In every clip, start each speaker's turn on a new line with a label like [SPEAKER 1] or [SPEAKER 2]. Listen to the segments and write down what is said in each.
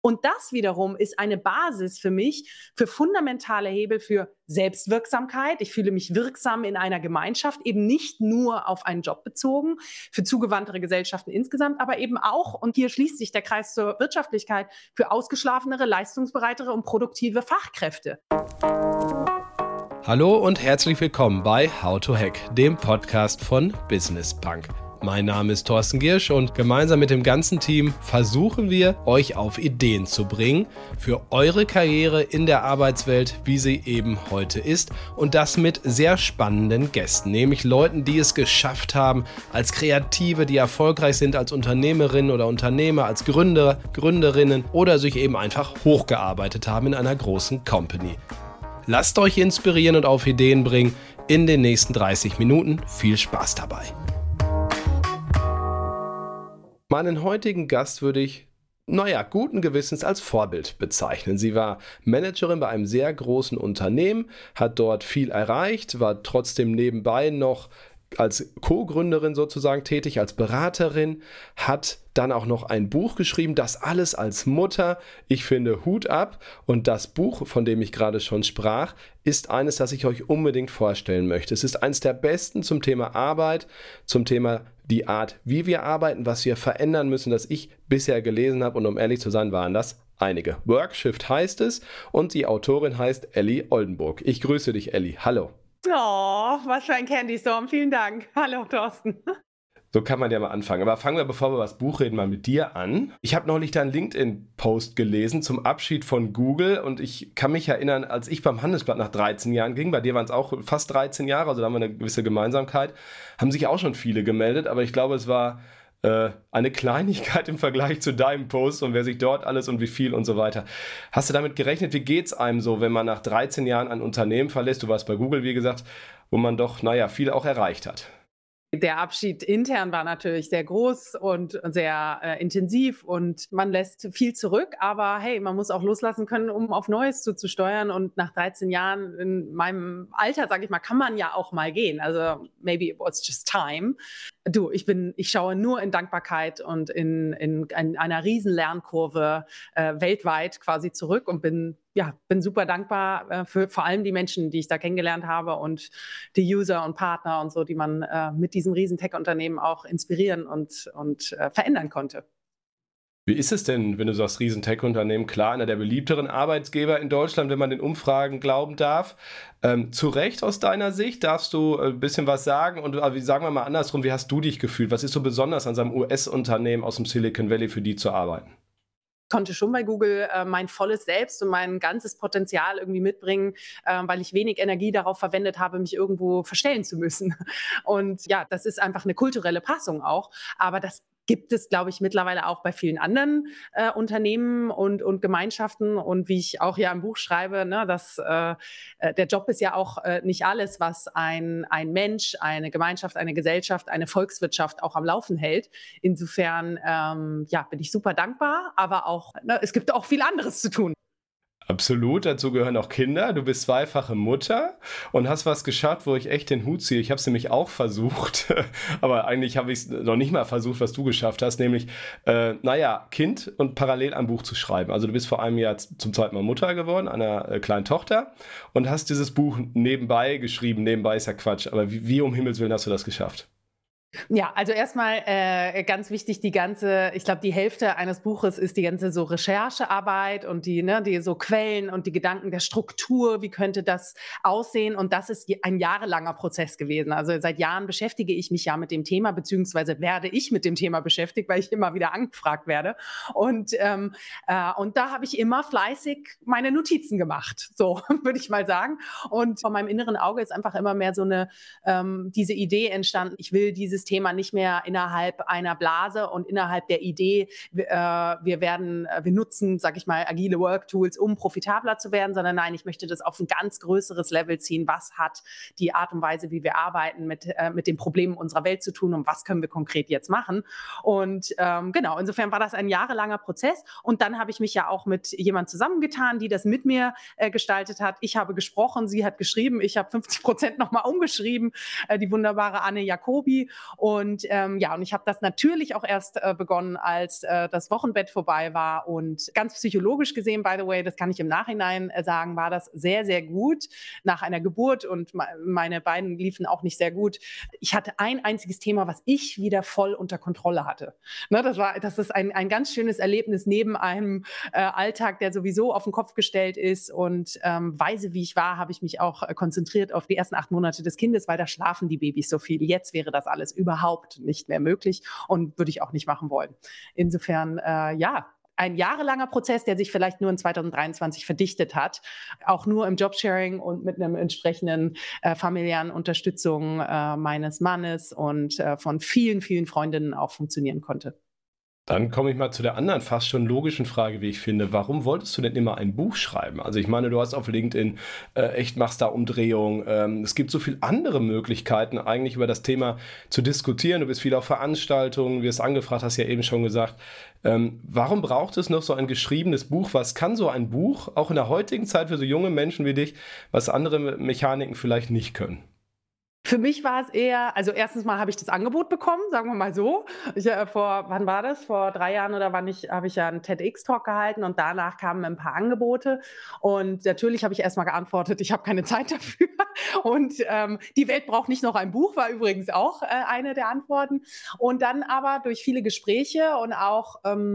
[SPEAKER 1] Und das wiederum ist eine Basis für mich für fundamentale Hebel für Selbstwirksamkeit. Ich fühle mich wirksam in einer Gemeinschaft, eben nicht nur auf einen Job bezogen, für zugewandtere Gesellschaften insgesamt, aber eben auch, und hier schließt sich der Kreis zur Wirtschaftlichkeit, für ausgeschlafenere, leistungsbereitere und produktive Fachkräfte.
[SPEAKER 2] Hallo und herzlich willkommen bei How to Hack, dem Podcast von Business Punk. Mein Name ist Thorsten Giersch und gemeinsam mit dem ganzen Team versuchen wir, euch auf Ideen zu bringen für eure Karriere in der Arbeitswelt, wie sie eben heute ist. Und das mit sehr spannenden Gästen, nämlich Leuten, die es geschafft haben, als Kreative, die erfolgreich sind als Unternehmerinnen oder Unternehmer, als Gründer, Gründerinnen oder sich eben einfach hochgearbeitet haben in einer großen Company. Lasst euch inspirieren und auf Ideen bringen in den nächsten 30 Minuten. Viel Spaß dabei. Meinen heutigen Gast würde ich, guten Gewissens als Vorbild bezeichnen. Sie war Managerin bei einem sehr großen Unternehmen, hat dort viel erreicht, war trotzdem nebenbei noch als Co-Gründerin sozusagen tätig, als Beraterin, hat dann auch noch ein Buch geschrieben, das alles als Mutter. Ich finde, Hut ab. Und das Buch, von dem ich gerade schon sprach, ist eines, das ich euch unbedingt vorstellen möchte. Es ist eines der besten zum Thema Arbeit, zum Thema die Art, wie wir arbeiten, was wir verändern müssen, das ich bisher gelesen habe. Und um ehrlich zu sein, waren das einige. Workshift heißt es und die Autorin heißt Elli Oldenburg. Ich grüße dich, Elli. Hallo.
[SPEAKER 1] Oh, was für ein Candy Storm. Vielen Dank. Hallo, Thorsten.
[SPEAKER 2] So kann man ja mal anfangen. Aber fangen wir, bevor wir über das Buch reden, mal mit dir an. Ich habe neulich deinen LinkedIn-Post gelesen zum Abschied von Google und ich kann mich erinnern, als ich beim Handelsblatt nach 13 Jahren ging, bei dir waren es auch fast 13 Jahre, also da haben wir eine gewisse Gemeinsamkeit, haben sich auch schon viele gemeldet, aber ich glaube, es war eine Kleinigkeit im Vergleich zu deinem Post und wer sich dort alles und wie viel und so weiter. Hast du damit gerechnet, wie geht's einem so, wenn man nach 13 Jahren ein Unternehmen verlässt? Du warst bei Google, wie gesagt, wo man doch, viel auch erreicht hat.
[SPEAKER 1] Der Abschied intern war natürlich sehr groß und sehr intensiv und man lässt viel zurück, aber hey, man muss auch loslassen können, um auf Neues zuzusteuern und nach 13 Jahren in meinem Alter, sage ich mal, kann man ja auch mal gehen. Also maybe it was just time. Du, ich schaue nur in Dankbarkeit und in einer riesen Lernkurve weltweit quasi zurück und bin super dankbar für vor allem die Menschen, die ich da kennengelernt habe und die User und Partner und so, die man mit diesem riesen Tech-Unternehmen auch inspirieren und verändern konnte.
[SPEAKER 2] Wie ist es denn, wenn du sagst, riesen Tech-Unternehmen? Klar, einer der beliebteren Arbeitgeber in Deutschland, wenn man den Umfragen glauben darf. Zu Recht aus deiner Sicht, darfst du ein bisschen was sagen? Und sagen wir mal andersrum, wie hast du dich gefühlt? Was ist so besonders an seinem US-Unternehmen aus dem Silicon Valley für die zu arbeiten?
[SPEAKER 1] Konnte schon bei Google mein volles Selbst und mein ganzes Potenzial irgendwie mitbringen, weil ich wenig Energie darauf verwendet habe, mich irgendwo verstellen zu müssen. Und ja, das ist einfach eine kulturelle Passung auch. Aber das gibt es, glaube ich, mittlerweile auch bei vielen anderen Unternehmen und Gemeinschaften. Und wie ich auch ja im Buch schreibe, ne, der Job ist ja auch nicht alles, was ein Mensch, eine Gemeinschaft, eine Gesellschaft, eine Volkswirtschaft auch am Laufen hält. Insofern bin ich super dankbar, aber auch, es gibt auch viel anderes zu tun.
[SPEAKER 2] Absolut, dazu gehören auch Kinder. Du bist zweifache Mutter und hast was geschafft, wo ich echt den Hut ziehe. Ich habe es nämlich auch versucht, aber eigentlich habe ich es noch nicht mal versucht, was du geschafft hast, nämlich, Kind und parallel ein Buch zu schreiben. Also du bist vor einem Jahr zum zweiten Mal Mutter geworden, einer kleinen Tochter und hast dieses Buch nebenbei geschrieben. Nebenbei ist ja Quatsch, aber wie um Himmels Willen hast du das geschafft?
[SPEAKER 1] Ja, also erstmal ganz wichtig, ich glaube, die Hälfte eines Buches ist die ganze so Recherchearbeit und die so Quellen und die Gedanken der Struktur, wie könnte das aussehen? Und das ist ein jahrelanger Prozess gewesen. Also seit Jahren beschäftige ich mich ja mit dem Thema, beziehungsweise werde ich mit dem Thema beschäftigt, weil ich immer wieder angefragt werde. Und da habe ich immer fleißig meine Notizen gemacht, so würde ich mal sagen. Und von meinem inneren Auge ist einfach immer mehr so diese Idee entstanden, ich will dieses Thema nicht mehr innerhalb einer Blase und innerhalb der Idee, wir nutzen, sag ich mal, agile Work-Tools, um profitabler zu werden, sondern nein, ich möchte das auf ein ganz größeres Level ziehen. Was hat die Art und Weise, wie wir arbeiten, mit den Problemen unserer Welt zu tun und was können wir konkret jetzt machen? Und insofern war das ein jahrelanger Prozess und dann habe ich mich ja auch mit jemand zusammengetan, die das mit mir gestaltet hat. Ich habe gesprochen, sie hat geschrieben, ich habe 50% nochmal umgeschrieben, die wunderbare Anne Jacobi. Und und ich habe das natürlich auch erst begonnen, als das Wochenbett vorbei war. Und ganz psychologisch gesehen, by the way, das kann ich im Nachhinein sagen, war das sehr, sehr gut nach einer Geburt und meine beiden liefen auch nicht sehr gut. Ich hatte ein einziges Thema, was ich wieder voll unter Kontrolle hatte. Ne, das ist ein ganz schönes Erlebnis neben einem Alltag, der sowieso auf den Kopf gestellt ist. Und weise wie ich war, habe ich mich auch konzentriert auf die ersten 8 Monate des Kindes, weil da schlafen die Babys so viel. Jetzt wäre das alles überhaupt nicht mehr möglich und würde ich auch nicht machen wollen. Insofern, ein jahrelanger Prozess, der sich vielleicht nur in 2023 verdichtet hat, auch nur im Jobsharing und mit einem entsprechenden familiären Unterstützung meines Mannes und von vielen, vielen Freundinnen auch funktionieren konnte.
[SPEAKER 2] Dann komme ich mal zu der anderen fast schon logischen Frage, wie ich finde. Warum wolltest du denn immer ein Buch schreiben? Also ich meine, du hast auf LinkedIn echt, machst da Umdrehungen. Es gibt so viele andere Möglichkeiten, eigentlich über das Thema zu diskutieren. Du bist viel auf Veranstaltungen, wirst angefragt, hast ja eben schon gesagt. Warum braucht es noch so ein geschriebenes Buch? Was kann so ein Buch, auch in der heutigen Zeit für so junge Menschen wie dich, was andere Mechaniken vielleicht nicht können?
[SPEAKER 1] Für mich war es eher, also erstens mal habe ich das Angebot bekommen, sagen wir mal so. Wann war das? Vor 3 Jahren oder wann habe ich ja einen TEDx-Talk gehalten und danach kamen ein paar Angebote. Und natürlich habe ich erst mal geantwortet, ich habe keine Zeit dafür. Und die Welt braucht nicht noch ein Buch, war übrigens auch eine der Antworten. Und dann aber durch viele Gespräche und auch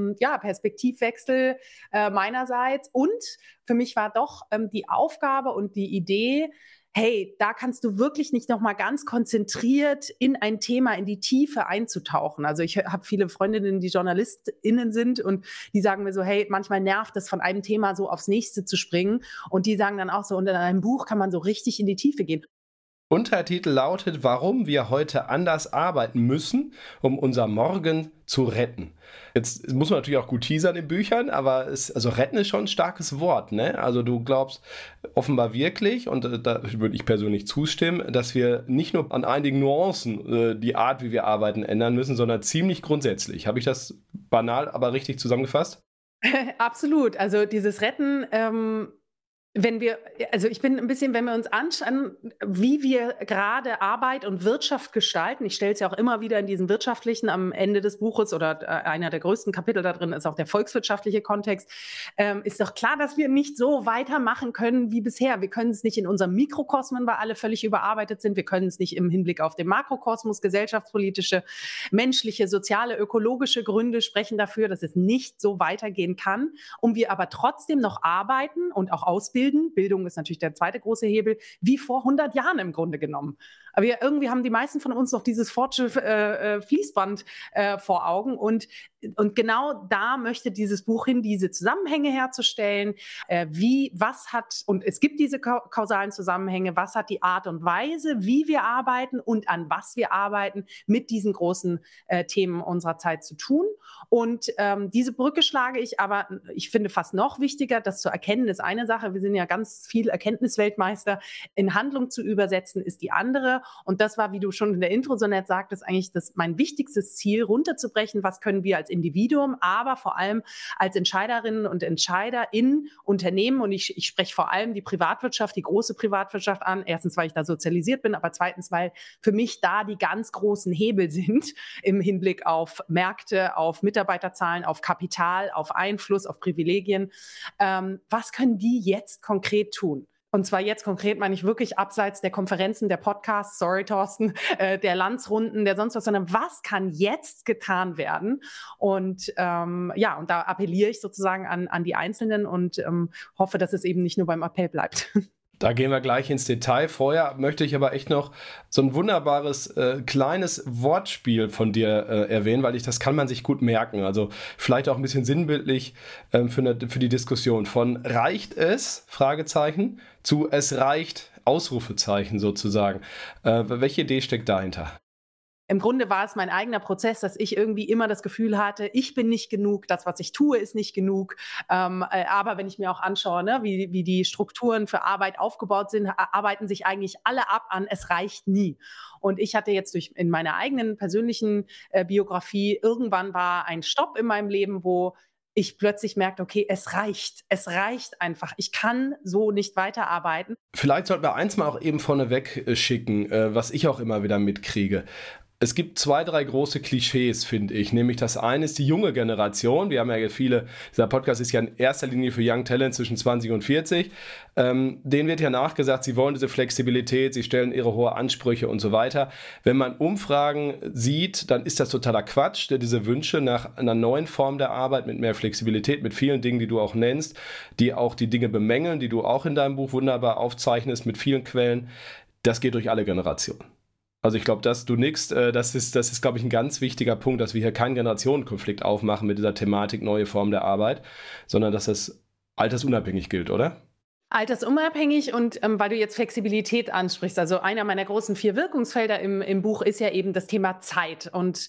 [SPEAKER 1] Perspektivwechsel meinerseits. Und für mich war doch die Aufgabe und die Idee, hey, da kannst du wirklich nicht noch mal ganz konzentriert in ein Thema, in die Tiefe einzutauchen. Also ich habe viele Freundinnen, die JournalistInnen sind und die sagen mir so, hey, manchmal nervt es, von einem Thema so aufs nächste zu springen. Und die sagen dann auch so, und in einem Buch kann man so richtig in die Tiefe gehen.
[SPEAKER 2] Untertitel lautet, warum wir heute anders arbeiten müssen, um unser Morgen zu retten. Jetzt muss man natürlich auch gut teasern in Büchern, aber also retten ist schon ein starkes Wort, ne? Also du glaubst offenbar wirklich, und da würde ich persönlich zustimmen, dass wir nicht nur an einigen Nuancen die Art, wie wir arbeiten, ändern müssen, sondern ziemlich grundsätzlich. Habe ich das banal, aber richtig zusammengefasst?
[SPEAKER 1] Absolut. Also dieses Retten, ich bin ein bisschen, wenn wir uns anschauen, wie wir gerade Arbeit und Wirtschaft gestalten. Ich stelle es ja auch immer wieder in diesen wirtschaftlichen am Ende des Buches oder einer der größten Kapitel da drin ist auch der volkswirtschaftliche Kontext. Ist doch klar, dass wir nicht so weitermachen können wie bisher. Wir können es nicht in unserem Mikrokosmen, weil alle völlig überarbeitet sind. Wir können es nicht im Hinblick auf den Makrokosmos, gesellschaftspolitische, menschliche, soziale, ökologische Gründe sprechen dafür, dass es nicht so weitergehen kann. Und wir aber trotzdem noch arbeiten und auch ausbilden. Bildung ist natürlich der zweite große Hebel, wie vor 100 Jahren im Grunde genommen. Aber irgendwie haben die meisten von uns noch dieses Fordsche Fließband vor Augen und genau da möchte dieses Buch hin, diese Zusammenhänge herzustellen, und es gibt diese kausalen Zusammenhänge, was hat die Art und Weise, wie wir arbeiten und an was wir arbeiten, mit diesen großen Themen unserer Zeit zu tun. Und diese Brücke schlage ich, aber ich finde fast noch wichtiger, das zu erkennen ist eine Sache, wir sind ja ganz viel Erkenntnisweltmeister, in Handlung zu übersetzen ist die andere. Und das war, wie du schon in der Intro so nett sagtest, eigentlich mein wichtigstes Ziel, runterzubrechen, was können wir als Individuum, aber vor allem als Entscheiderinnen und Entscheider in Unternehmen, und ich spreche vor allem die Privatwirtschaft, die große Privatwirtschaft an, erstens, weil ich da sozialisiert bin, aber zweitens, weil für mich da die ganz großen Hebel sind im Hinblick auf Märkte, auf Mitarbeiterzahlen, auf Kapital, auf Einfluss, auf Privilegien. Was können die jetzt konkret tun? Und zwar jetzt konkret meine ich wirklich abseits der Konferenzen, der Podcasts, sorry Thorsten, der Landsrunden, der sonst was, sondern was kann jetzt getan werden? Und und da appelliere ich sozusagen an die Einzelnen und hoffe, dass es eben nicht nur beim Appell bleibt.
[SPEAKER 2] Da gehen wir gleich ins Detail. Vorher möchte ich aber echt noch so ein wunderbares kleines Wortspiel von dir erwähnen, weil das kann man sich gut merken. Also vielleicht auch ein bisschen sinnbildlich für die Diskussion. Von reicht es, Fragezeichen, zu es reicht, Ausrufezeichen sozusagen. Welche Idee steckt dahinter?
[SPEAKER 1] Im Grunde war es mein eigener Prozess, dass ich irgendwie immer das Gefühl hatte, ich bin nicht genug, das, was ich tue, ist nicht genug. Aber wenn ich mir auch anschaue, ne, wie die Strukturen für Arbeit aufgebaut sind, arbeiten sich eigentlich alle ab an, es reicht nie. Und ich hatte jetzt in meiner eigenen persönlichen Biografie, irgendwann war ein Stopp in meinem Leben, wo ich plötzlich merkte, okay, es reicht einfach. Ich kann so nicht weiterarbeiten.
[SPEAKER 2] Vielleicht sollten wir eins mal auch eben vorneweg schicken, was ich auch immer wieder mitkriege. Es gibt 2, 3 große Klischees, finde ich. Nämlich das eine ist die junge Generation. Wir haben ja viele, dieser Podcast ist ja in erster Linie für Young Talent zwischen 20 und 40. Denen wird ja nachgesagt, sie wollen diese Flexibilität, sie stellen ihre hohen Ansprüche und so weiter. Wenn man Umfragen sieht, dann ist das totaler Quatsch, diese Wünsche nach einer neuen Form der Arbeit mit mehr Flexibilität, mit vielen Dingen, die du auch nennst, die auch die Dinge bemängeln, die du auch in deinem Buch wunderbar aufzeichnest mit vielen Quellen. Das geht durch alle Generationen. Also ich glaube, dass du nix, das ist, glaube ich, ein ganz wichtiger Punkt, dass wir hier keinen Generationenkonflikt aufmachen mit dieser Thematik neue Form der Arbeit, sondern dass das altersunabhängig gilt, oder?
[SPEAKER 1] Altersunabhängig und weil du jetzt Flexibilität ansprichst, also einer meiner großen 4 Wirkungsfelder im Buch ist ja eben das Thema Zeit. Und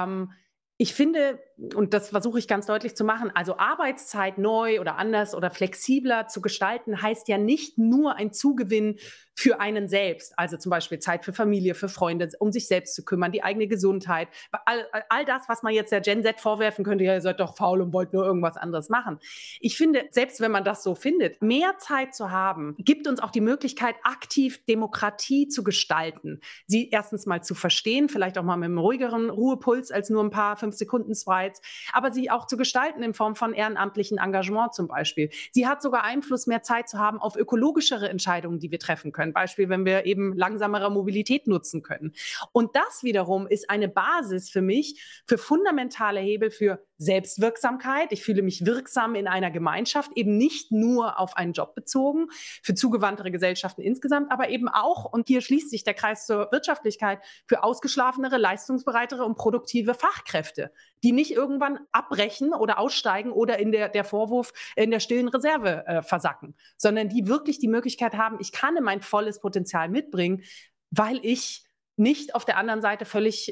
[SPEAKER 1] ich finde, und das versuche ich ganz deutlich zu machen, also Arbeitszeit neu oder anders oder flexibler zu gestalten, heißt ja nicht nur ein Zugewinn für einen selbst, also zum Beispiel Zeit für Familie, für Freunde, um sich selbst zu kümmern, die eigene Gesundheit, all das, was man jetzt der Gen Z vorwerfen könnte, ja, ihr seid doch faul und wollt nur irgendwas anderes machen. Ich finde, selbst wenn man das so findet, mehr Zeit zu haben, gibt uns auch die Möglichkeit, aktiv Demokratie zu gestalten, sie erstens mal zu verstehen, vielleicht auch mal mit einem ruhigeren Ruhepuls als nur ein paar 5 Sekunden Slides, aber sie auch zu gestalten in Form von ehrenamtlichen Engagement zum Beispiel. Sie hat sogar Einfluss, mehr Zeit zu haben auf ökologischere Entscheidungen, die wir treffen können. Beispiel, wenn wir eben langsamere Mobilität nutzen können. Und das wiederum ist eine Basis für mich für fundamentale Hebel für Selbstwirksamkeit. Ich fühle mich wirksam in einer Gemeinschaft, eben nicht nur auf einen Job bezogen, für zugewandtere Gesellschaften insgesamt, aber eben auch, und hier schließt sich der Kreis zur Wirtschaftlichkeit, für ausgeschlafenere, leistungsbereitere und produktive Fachkräfte, die nicht irgendwann abbrechen oder aussteigen oder in der Vorwurf in der stillen Reserve versacken, sondern die wirklich die Möglichkeit haben, ich kann mein volles Potenzial mitbringen, weil ich nicht auf der anderen Seite völlig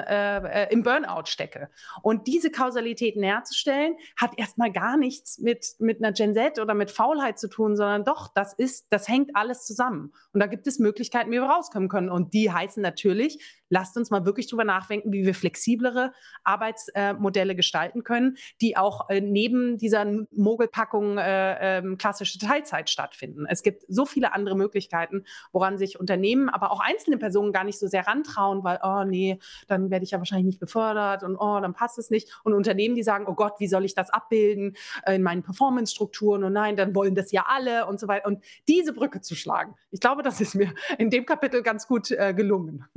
[SPEAKER 1] im Burnout stecke. Und diese Kausalitäten herzustellen, hat erstmal gar nichts mit einer Gen Z oder mit Faulheit zu tun, sondern doch, das hängt alles zusammen. Und da gibt es Möglichkeiten, wie wir rauskommen können. Und die heißen natürlich, lasst uns mal wirklich drüber nachdenken, wie wir flexiblere Arbeitsmodelle gestalten können, die auch neben dieser Mogelpackung klassische Teilzeit stattfinden. Es gibt so viele andere Möglichkeiten, woran sich Unternehmen, aber auch einzelne Personen gar nicht so sehr rantrauen, weil, oh nee, dann werde ich ja wahrscheinlich nicht befördert und oh, dann passt es nicht. Und Unternehmen, die sagen, oh Gott, wie soll ich das abbilden in meinen Performance-Strukturen und nein, dann wollen das ja alle und so weiter. Und diese Brücke zu schlagen, ich glaube, das ist mir in dem Kapitel ganz gut gelungen.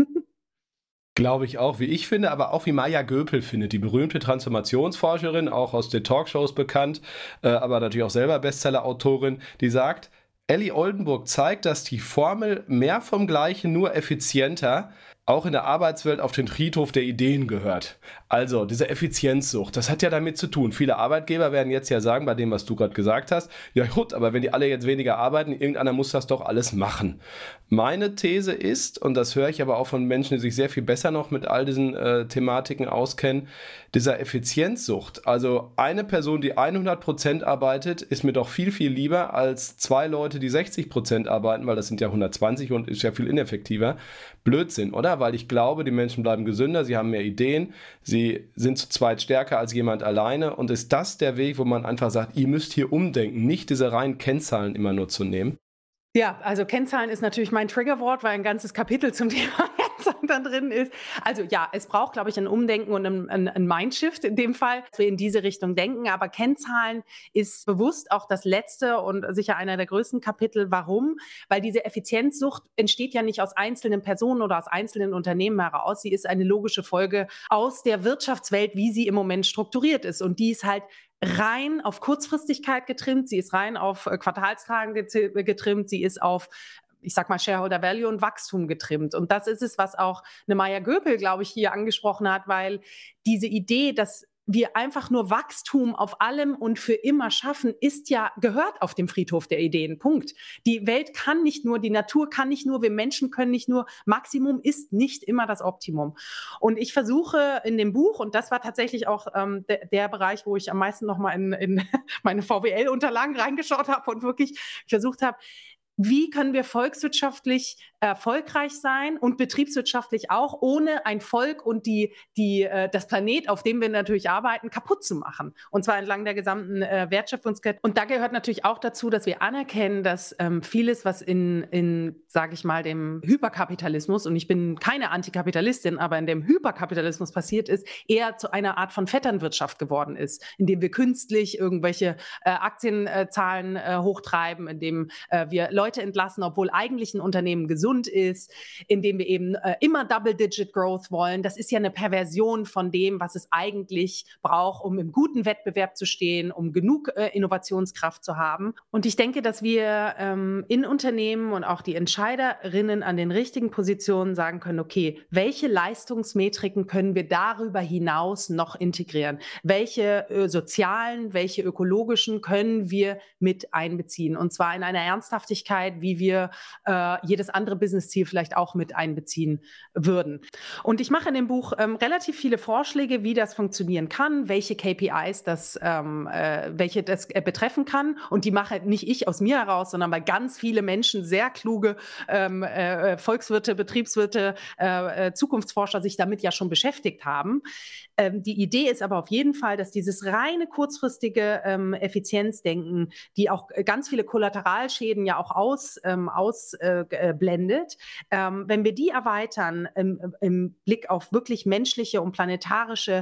[SPEAKER 2] Glaube ich auch, wie ich finde, aber auch wie Maya Göpel findet, die berühmte Transformationsforscherin, auch aus den Talkshows bekannt, aber natürlich auch selber Bestseller-Autorin, die sagt, Ellie Oldenburg zeigt, dass die Formel mehr vom Gleichen, nur effizienter auch in der Arbeitswelt auf den Friedhof der Ideen gehört. Also diese Effizienzsucht, das hat ja damit zu tun. Viele Arbeitgeber werden jetzt ja sagen, bei dem, was du gerade gesagt hast, ja gut, aber wenn die alle jetzt weniger arbeiten, irgendeiner muss das doch alles machen. Meine These ist, und das höre ich aber auch von Menschen, die sich sehr viel besser noch mit all diesen Thematiken auskennen, dieser Effizienzsucht. Also eine Person, die 100% arbeitet, ist mir doch viel, viel lieber als 2 Leute, die 60% arbeiten, weil das sind ja 120 und ist ja viel ineffektiver. Blödsinn, oder? Weil ich glaube, die Menschen bleiben gesünder, sie haben mehr Ideen, sie sind zu zweit stärker als jemand alleine und ist das der Weg, wo man einfach sagt, ihr müsst hier umdenken, nicht diese reinen Kennzahlen immer nur zu nehmen?
[SPEAKER 1] Ja, also Kennzahlen ist natürlich mein Triggerwort, weil ein ganzes Kapitel zum Thema Kennzahlen da drin ist. Also ja, es braucht, glaube ich, ein Umdenken und ein Mindshift in dem Fall, dass wir in diese Richtung denken. Aber Kennzahlen ist bewusst auch das letzte und sicher einer der größten Kapitel. Warum? Weil diese Effizienzsucht entsteht ja nicht aus einzelnen Personen oder aus einzelnen Unternehmen heraus. Sie ist eine logische Folge aus der Wirtschaftswelt, wie sie im Moment strukturiert ist. Und die ist halt rein auf Kurzfristigkeit getrimmt, sie ist rein auf Quartalszahlen getrimmt, sie ist auf, ich sag mal, Shareholder Value und Wachstum getrimmt. Und das ist es, was auch eine Maya Göpel, glaube ich, hier angesprochen hat, weil diese Idee, dass wir einfach nur Wachstum auf allem und für immer schaffen, gehört auf dem Friedhof der Ideen. Punkt. Die Welt kann nicht nur, die Natur kann nicht nur, wir Menschen können nicht nur, Maximum ist nicht immer das Optimum. Und ich versuche in dem Buch, und das war tatsächlich auch der Bereich, wo ich am meisten nochmal in meine VWL-Unterlagen reingeschaut habe und wirklich versucht habe, wie können wir volkswirtschaftlich erfolgreich sein und betriebswirtschaftlich auch, ohne ein Volk und das Planet, auf dem wir natürlich arbeiten, kaputt zu machen. Und zwar entlang der gesamten Wertschöpfungskette. Und da gehört natürlich auch dazu, dass wir anerkennen, dass vieles, was sage ich mal, dem Hyperkapitalismus, und ich bin keine Antikapitalistin, aber in dem Hyperkapitalismus passiert ist, eher zu einer Art von Vetternwirtschaft geworden ist, indem wir künstlich irgendwelche Aktienzahlen hochtreiben, indem wir Leute entlassen, obwohl eigentlich ein Unternehmen gesund ist, indem wir eben immer Double-Digit Growth wollen. Das ist ja eine Perversion von dem, was es eigentlich braucht, um im guten Wettbewerb zu stehen, um genug Innovationskraft zu haben. Und ich denke, dass wir in Unternehmen und auch die Entscheiderinnen an den richtigen Positionen sagen können, okay, welche Leistungsmetriken können wir darüber hinaus noch integrieren? Welche sozialen, welche ökologischen können wir mit einbeziehen? Und zwar in einer Ernsthaftigkeit, wie wir jedes andere Business-Ziel vielleicht auch mit einbeziehen würden. Und ich mache in dem Buch relativ viele Vorschläge, wie das funktionieren kann, welche KPIs welche das betreffen kann. Und die mache nicht ich aus mir heraus, sondern weil ganz viele Menschen, sehr kluge Volkswirte, Betriebswirte, Zukunftsforscher sich damit ja schon beschäftigt haben. Die Idee ist aber auf jeden Fall, dass dieses reine kurzfristige Effizienzdenken, die auch ganz viele Kollateralschäden ja auch ausblendet, wenn wir die erweitern im Blick auf wirklich menschliche und planetarische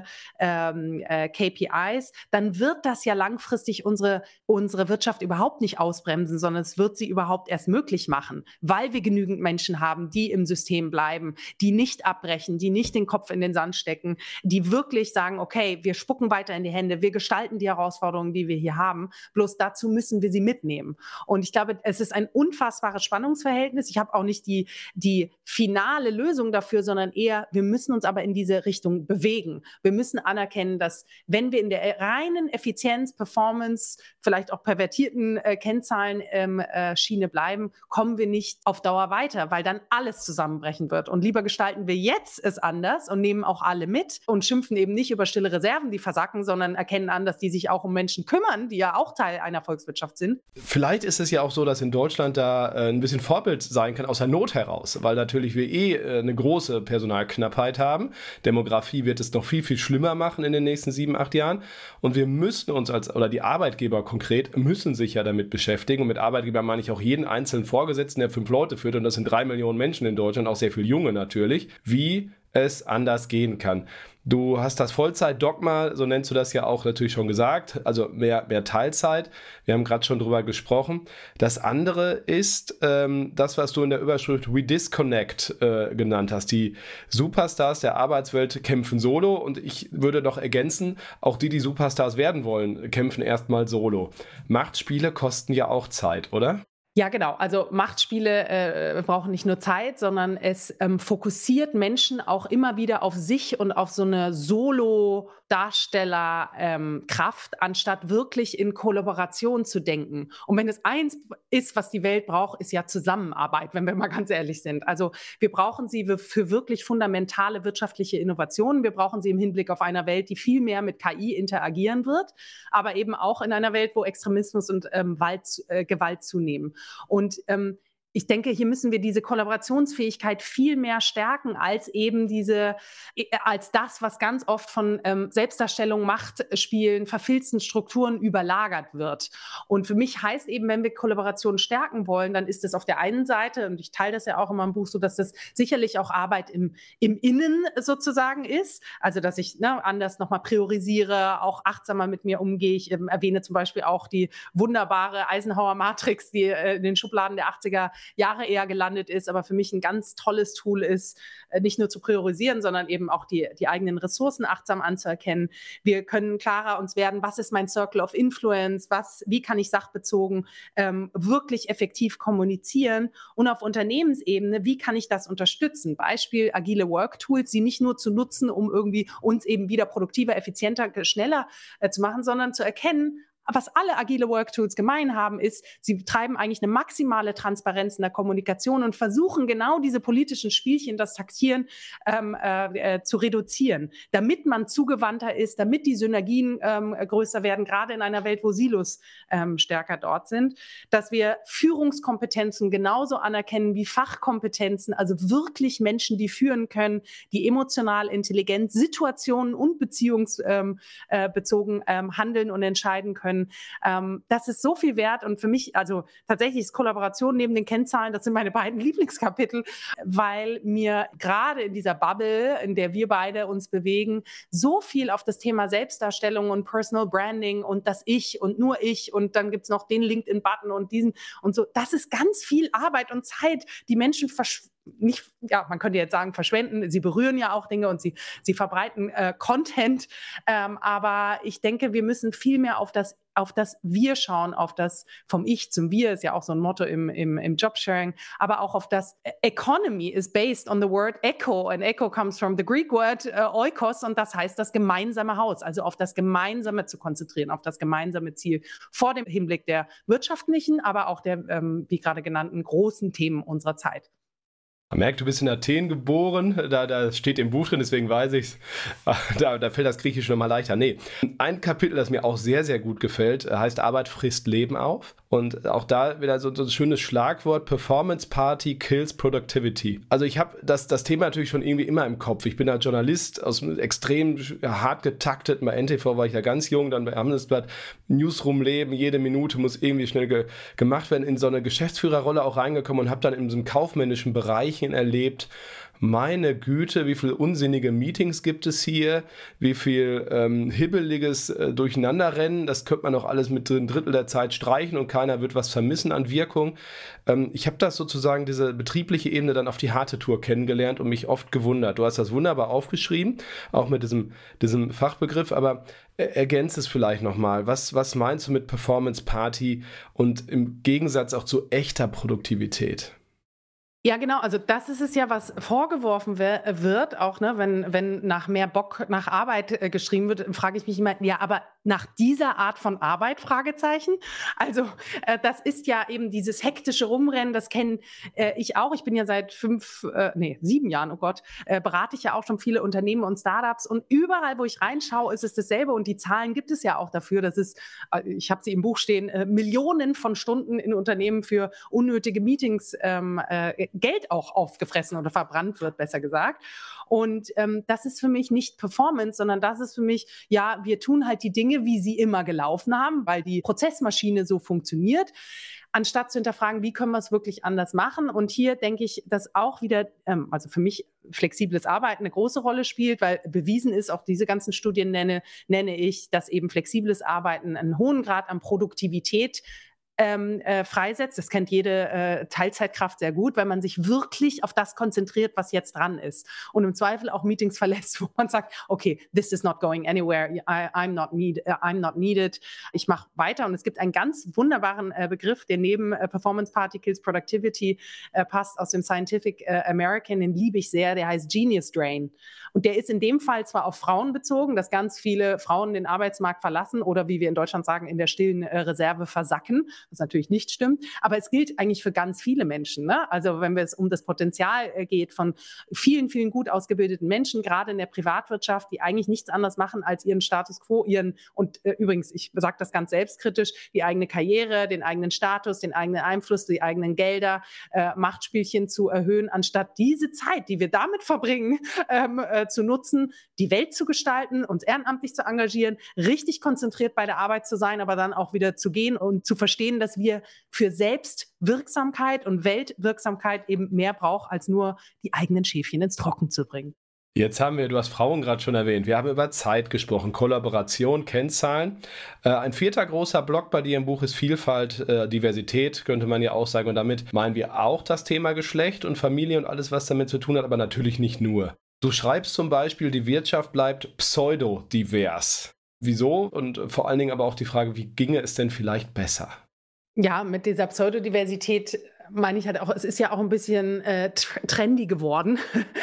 [SPEAKER 1] KPIs, dann wird das ja langfristig unsere Wirtschaft überhaupt nicht ausbremsen, sondern es wird sie überhaupt erst möglich machen, weil wir genügend Menschen haben, die im System bleiben, die nicht abbrechen, die nicht den Kopf in den Sand stecken, die wirklich sagen, okay, wir spucken weiter in die Hände, wir gestalten die Herausforderungen, die wir hier haben, bloß dazu müssen wir sie mitnehmen. Und ich glaube, es ist ein unfassbares Spannungsverhältnis. Ich habe auch nicht die finale Lösung dafür, sondern eher, wir müssen uns aber in diese Richtung bewegen. Wir müssen anerkennen, dass wenn wir in der reinen Effizienz, Performance, vielleicht auch pervertierten Kennzahlen Schiene bleiben, kommen wir nicht auf Dauer weiter, weil dann alles zusammenbrechen wird. Und lieber gestalten wir jetzt es anders und nehmen auch alle mit und schimpfen eben nicht über stille Reserven, die versacken, sondern erkennen an, dass die sich auch um Menschen kümmern, die ja auch Teil einer Volkswirtschaft sind.
[SPEAKER 2] Vielleicht ist es ja auch so, dass in Deutschland da ein bisschen Vorbild sein kann aus der Not heraus, weil natürlich wir eine große Personalknappheit haben. Demografie wird es noch viel, viel schlimmer machen in den nächsten 7, 8 Jahren. Und wir müssen uns oder die Arbeitgeber konkret, müssen sich ja damit beschäftigen. Und mit Arbeitgeber meine ich auch jeden einzelnen Vorgesetzten, der 5 Leute führt. Und das sind 3 Millionen Menschen in Deutschland, auch sehr viele Junge natürlich. Wie es anders gehen kann. Du hast das Vollzeit-Dogma, so nennst du das ja auch natürlich schon gesagt, also mehr Teilzeit. Wir haben gerade schon drüber gesprochen. Das andere ist das, was du in der Überschrift We Disconnect genannt hast. Die Superstars der Arbeitswelt kämpfen solo und ich würde noch ergänzen, auch die Superstars werden wollen, kämpfen erstmal solo. Machtspiele kosten ja auch Zeit, oder?
[SPEAKER 1] Ja, genau. Also Machtspiele brauchen nicht nur Zeit, sondern es fokussiert Menschen auch immer wieder auf sich und auf so eine Solo-Darsteller-Kraft, anstatt wirklich in Kollaboration zu denken. Und wenn es eins ist, was die Welt braucht, ist ja Zusammenarbeit, wenn wir mal ganz ehrlich sind. Also wir brauchen sie für wirklich fundamentale wirtschaftliche Innovationen. Wir brauchen sie im Hinblick auf eine Welt, die viel mehr mit KI interagieren wird, aber eben auch in einer Welt, wo Extremismus und Gewalt zunehmen. Und ich denke, hier müssen wir diese Kollaborationsfähigkeit viel mehr stärken als eben als das, was ganz oft von Selbstdarstellung, Machtspielen, verfilzten Strukturen überlagert wird. Und für mich heißt eben, wenn wir Kollaboration stärken wollen, dann ist es auf der einen Seite, und ich teile das ja auch in meinem Buch so, dass das sicherlich auch Arbeit im Innen sozusagen ist. Also, dass ich anders nochmal priorisiere, auch achtsamer mit mir umgehe. Ich erwähne zum Beispiel auch die wunderbare Eisenhower-Matrix, die in den Schubladen der 80er Jahre eher gelandet ist, aber für mich ein ganz tolles Tool ist, nicht nur zu priorisieren, sondern eben auch die eigenen Ressourcen achtsam anzuerkennen. Wir können klarer uns werden, was ist mein Circle of Influence, wie kann ich sachbezogen wirklich effektiv kommunizieren und auf Unternehmensebene, wie kann ich das unterstützen? Beispiel agile Work-Tools, sie nicht nur zu nutzen, um irgendwie uns eben wieder produktiver, effizienter, schneller zu machen, sondern zu erkennen, was alle agile Worktools gemein haben, ist, sie treiben eigentlich eine maximale Transparenz in der Kommunikation und versuchen genau diese politischen Spielchen, das Taktieren zu reduzieren, damit man zugewandter ist, damit die Synergien größer werden, gerade in einer Welt, wo Silos stärker dort sind, dass wir Führungskompetenzen genauso anerkennen wie Fachkompetenzen, also wirklich Menschen, die führen können, die emotional intelligent, situationen- und beziehungsbezogen handeln und entscheiden können. Das ist so viel wert und für mich, also tatsächlich ist Kollaboration neben den Kennzahlen, das sind meine beiden Lieblingskapitel, weil mir gerade in dieser Bubble, in der wir beide uns bewegen, so viel auf das Thema Selbstdarstellung und Personal Branding und das Ich und nur ich und dann gibt es noch den LinkedIn-Button und diesen und so. Das ist ganz viel Arbeit und Zeit, die Menschen nicht, ja, man könnte jetzt sagen, verschwenden. Sie berühren ja auch Dinge und sie verbreiten Content. Aber ich denke, wir müssen viel mehr auf das Wir schauen, auf das vom Ich zum Wir, ist ja auch so ein Motto im Jobsharing, aber auch auf das Economy is based on the word echo and echo comes from the Greek word oikos und das heißt das gemeinsame Haus, also auf das Gemeinsame zu konzentrieren, auf das gemeinsame Ziel vor dem Hinblick der wirtschaftlichen, aber auch der, wie gerade genannten, großen Themen unserer Zeit.
[SPEAKER 2] Man merkt, du bist in Athen geboren, da steht im Buch drin, deswegen weiß ich es. Da fällt das Griechische nochmal leichter. Nee, ein Kapitel, das mir auch sehr, sehr gut gefällt, heißt Arbeit frisst Leben auf. Und auch da wieder so ein schönes Schlagwort, Performance Party kills Productivity. Also ich habe das Thema natürlich schon irgendwie immer im Kopf. Ich bin ein Journalist aus einem extrem hart getakteten, bei NTV war ich ja ganz jung, dann bei Handelsblatt, Newsroom-Leben, jede Minute muss irgendwie schnell gemacht werden, in so eine Geschäftsführerrolle auch reingekommen und habe dann in so einem kaufmännischen Bereich erlebt. Meine Güte, wie viele unsinnige Meetings gibt es hier, wie viel hibbeliges Durcheinanderrennen, das könnte man auch alles mit ein Drittel der Zeit streichen und keiner wird was vermissen an Wirkung. Ich habe das sozusagen, diese betriebliche Ebene dann auf die harte Tour kennengelernt und mich oft gewundert. Du hast das wunderbar aufgeschrieben, auch mit diesem Fachbegriff, aber ergänze es vielleicht nochmal. Was meinst du mit Performance Party und im Gegensatz auch zu echter Produktivität?
[SPEAKER 1] Ja, genau. Also das ist es ja, was vorgeworfen wird, auch ne, wenn nach mehr Bock nach Arbeit geschrieben wird, frage ich mich immer, ja, aber nach dieser Art von Arbeit, Fragezeichen. Also das ist ja eben dieses hektische Rumrennen, das kenne ich auch. Ich bin ja seit 7 Jahren, oh Gott, berate ich ja auch schon viele Unternehmen und Startups und überall, wo ich reinschaue, ist es dasselbe und die Zahlen gibt es ja auch dafür. Das ist, ich habe sie im Buch stehen, Millionen von Stunden in Unternehmen für unnötige Meetings Geld auch aufgefressen oder verbrannt wird, besser gesagt. Und das ist für mich nicht Performance, sondern das ist für mich, ja, wir tun halt die Dinge, wie sie immer gelaufen haben, weil die Prozessmaschine so funktioniert, anstatt zu hinterfragen, wie können wir es wirklich anders machen. Und hier denke ich, dass auch wieder, also für mich flexibles Arbeiten eine große Rolle spielt, weil bewiesen ist, auch diese ganzen Studien nenne ich, dass eben flexibles Arbeiten einen hohen Grad an Produktivität freisetzt. Das kennt jede Teilzeitkraft sehr gut, weil man sich wirklich auf das konzentriert, was jetzt dran ist. Und im Zweifel auch Meetings verlässt, wo man sagt, okay, this is not going anywhere, I'm not needed. Ich mache weiter. Und es gibt einen ganz wunderbaren Begriff, der neben Performance Party kills Productivity passt aus dem Scientific American, den liebe ich sehr, der heißt Genius Drain. Und der ist in dem Fall zwar auf Frauen bezogen, dass ganz viele Frauen den Arbeitsmarkt verlassen oder wie wir in Deutschland sagen, in der stillen Reserve versacken, was natürlich nicht stimmt, aber es gilt eigentlich für ganz viele Menschen. Ne? Also wenn es um das Potenzial geht von vielen, vielen gut ausgebildeten Menschen, gerade in der Privatwirtschaft, die eigentlich nichts anderes machen, als ihren Status quo, übrigens, ich sage das ganz selbstkritisch, die eigene Karriere, den eigenen Status, den eigenen Einfluss, die eigenen Gelder, Machtspielchen zu erhöhen, anstatt diese Zeit, die wir damit verbringen, zu nutzen, die Welt zu gestalten, uns ehrenamtlich zu engagieren, richtig konzentriert bei der Arbeit zu sein, aber dann auch wieder zu gehen und zu verstehen, dass wir für Selbstwirksamkeit und Weltwirksamkeit eben mehr brauchen, als nur die eigenen Schäfchen ins Trocken zu bringen.
[SPEAKER 2] Jetzt du hast Frauen gerade schon erwähnt, wir haben über Zeit gesprochen, Kollaboration, Kennzahlen. Ein vierter großer Block bei dir im Buch ist Vielfalt, Diversität, könnte man ja auch sagen. Und damit meinen wir auch das Thema Geschlecht und Familie und alles, was damit zu tun hat, aber natürlich nicht nur. Du schreibst zum Beispiel, die Wirtschaft bleibt pseudodivers. Wieso? Und vor allen Dingen aber auch die Frage, wie ginge es denn vielleicht besser?
[SPEAKER 1] Ja, mit dieser Pseudodiversität meine ich halt auch, es ist ja auch ein bisschen trendy geworden,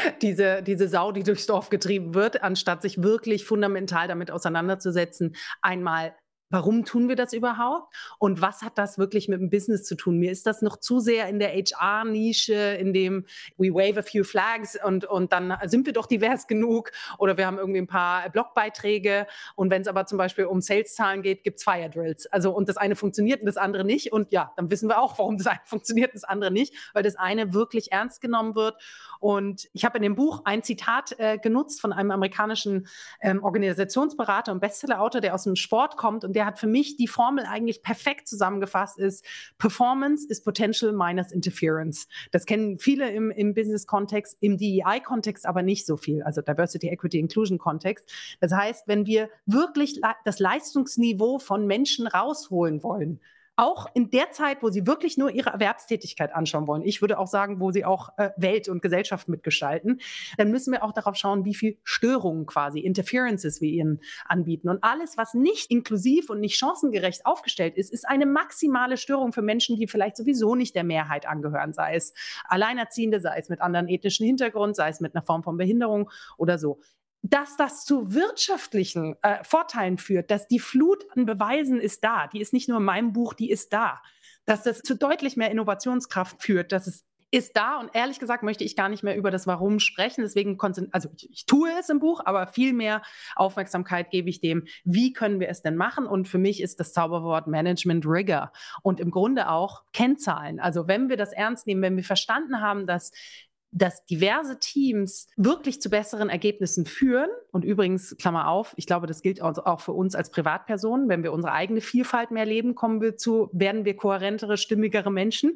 [SPEAKER 1] diese Sau, die durchs Dorf getrieben wird, anstatt sich wirklich fundamental damit auseinanderzusetzen, einmal Warum tun wir das überhaupt? Und was hat das wirklich mit dem Business zu tun? Mir ist das noch zu sehr in der HR-Nische, in dem we wave a few flags und dann sind wir doch divers genug oder wir haben irgendwie ein paar Blogbeiträge. Und wenn es aber zum Beispiel um Sales-Zahlen geht, gibt es Fire Drills. Also, und das eine funktioniert und das andere nicht. Und ja, dann wissen wir auch, warum das eine funktioniert und das andere nicht, weil das eine wirklich ernst genommen wird. Und ich habe in dem Buch ein Zitat genutzt von einem amerikanischen Organisationsberater und Bestsellerautor, der aus dem Sport kommt, und der hat für mich die Formel eigentlich perfekt zusammengefasst, ist Performance is Potential minus Interference. Das kennen viele im Business-Kontext, im DEI-Kontext aber nicht so viel, also Diversity, Equity, Inclusion-Kontext. Das heißt, wenn wir wirklich das Leistungsniveau von Menschen rausholen wollen, auch in der Zeit, wo sie wirklich nur ihre Erwerbstätigkeit anschauen wollen, ich würde auch sagen, wo sie auch Welt und Gesellschaft mitgestalten, dann müssen wir auch darauf schauen, wie viel Störungen quasi, Interferences wir ihnen anbieten. Und alles, was nicht inklusiv und nicht chancengerecht aufgestellt ist, ist eine maximale Störung für Menschen, die vielleicht sowieso nicht der Mehrheit angehören, sei es Alleinerziehende, sei es mit anderen ethnischen Hintergrund, sei es mit einer Form von Behinderung oder so. Dass das zu wirtschaftlichen Vorteilen führt, dass die Flut an Beweisen ist da, die ist nicht nur in meinem Buch, die ist da, dass das zu deutlich mehr Innovationskraft führt, dass es ist da, und ehrlich gesagt möchte ich gar nicht mehr über das Warum sprechen, deswegen ich tue es im Buch, aber viel mehr Aufmerksamkeit gebe ich dem, wie können wir es denn machen, und für mich ist das Zauberwort Management Rigor und im Grunde auch Kennzahlen. Also wenn wir das ernst nehmen, wenn wir verstanden haben, dass diverse Teams wirklich zu besseren Ergebnissen führen. Und übrigens, Klammer auf, ich glaube, das gilt auch für uns als Privatpersonen. Wenn wir unsere eigene Vielfalt mehr leben, werden wir kohärentere, stimmigere Menschen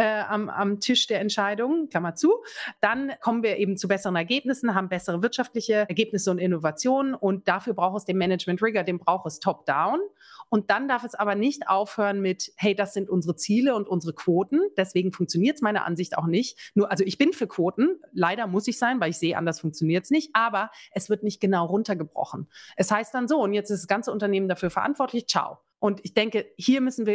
[SPEAKER 1] am Tisch der Entscheidungen, Klammer zu. Dann kommen wir eben zu besseren Ergebnissen, haben bessere wirtschaftliche Ergebnisse und Innovationen. Und dafür braucht es den Management Rigor, den braucht es top-down. Und dann darf es aber nicht aufhören mit, hey, das sind unsere Ziele und unsere Quoten. Deswegen funktioniert es meiner Ansicht auch nicht. Also ich bin für Quoten. Leider muss ich sein, weil ich sehe, anders funktioniert es nicht. Aber es wird nicht genau runtergebrochen. Es heißt dann so, und jetzt ist das ganze Unternehmen dafür verantwortlich, ciao. Und ich denke, hier müssen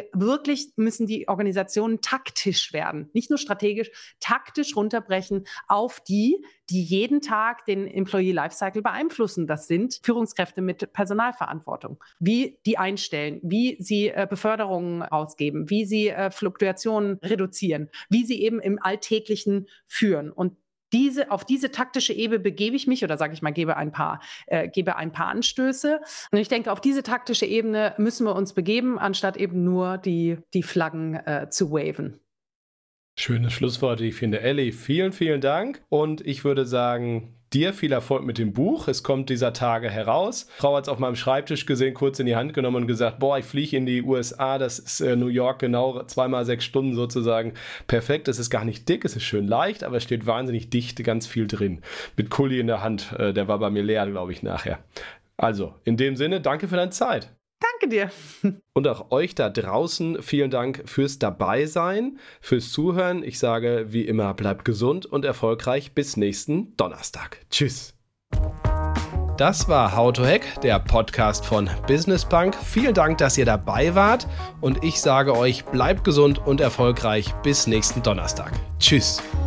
[SPEAKER 1] die Organisationen taktisch werden. Nicht nur strategisch, taktisch runterbrechen auf die jeden Tag den Employee Lifecycle beeinflussen. Das sind Führungskräfte mit Personalverantwortung. Wie die einstellen, wie sie Beförderungen ausgeben, wie sie Fluktuationen reduzieren, wie sie eben im Alltäglichen führen. Und auf diese taktische Ebene begebe ich mich, oder sage ich mal, gebe ein paar Anstöße. Und ich denke, auf diese taktische Ebene müssen wir uns begeben, anstatt eben nur die Flaggen zu waven.
[SPEAKER 2] Schönes Schlusswort, ich finde. Elli, vielen, vielen Dank. Und ich würde sagen, dir viel Erfolg mit dem Buch. Es kommt dieser Tage heraus. Frau hat es auf meinem Schreibtisch gesehen, kurz in die Hand genommen und gesagt, ich fliege in die USA, das ist New York genau 2x6 Stunden sozusagen. Perfekt, es ist gar nicht dick, es ist schön leicht, aber es steht wahnsinnig dicht, ganz viel drin. Mit Kuli in der Hand, der war bei mir leer, glaube ich, nachher. Also, in dem Sinne, danke für deine Zeit.
[SPEAKER 1] Danke dir.
[SPEAKER 2] Und auch euch da draußen vielen Dank fürs Dabeisein, fürs Zuhören. Ich sage wie immer, bleibt gesund und erfolgreich bis nächsten Donnerstag. Tschüss. Das war How to Hack, der Podcast von Business Punk. Vielen Dank, dass ihr dabei wart und ich sage euch, bleibt gesund und erfolgreich bis nächsten Donnerstag. Tschüss.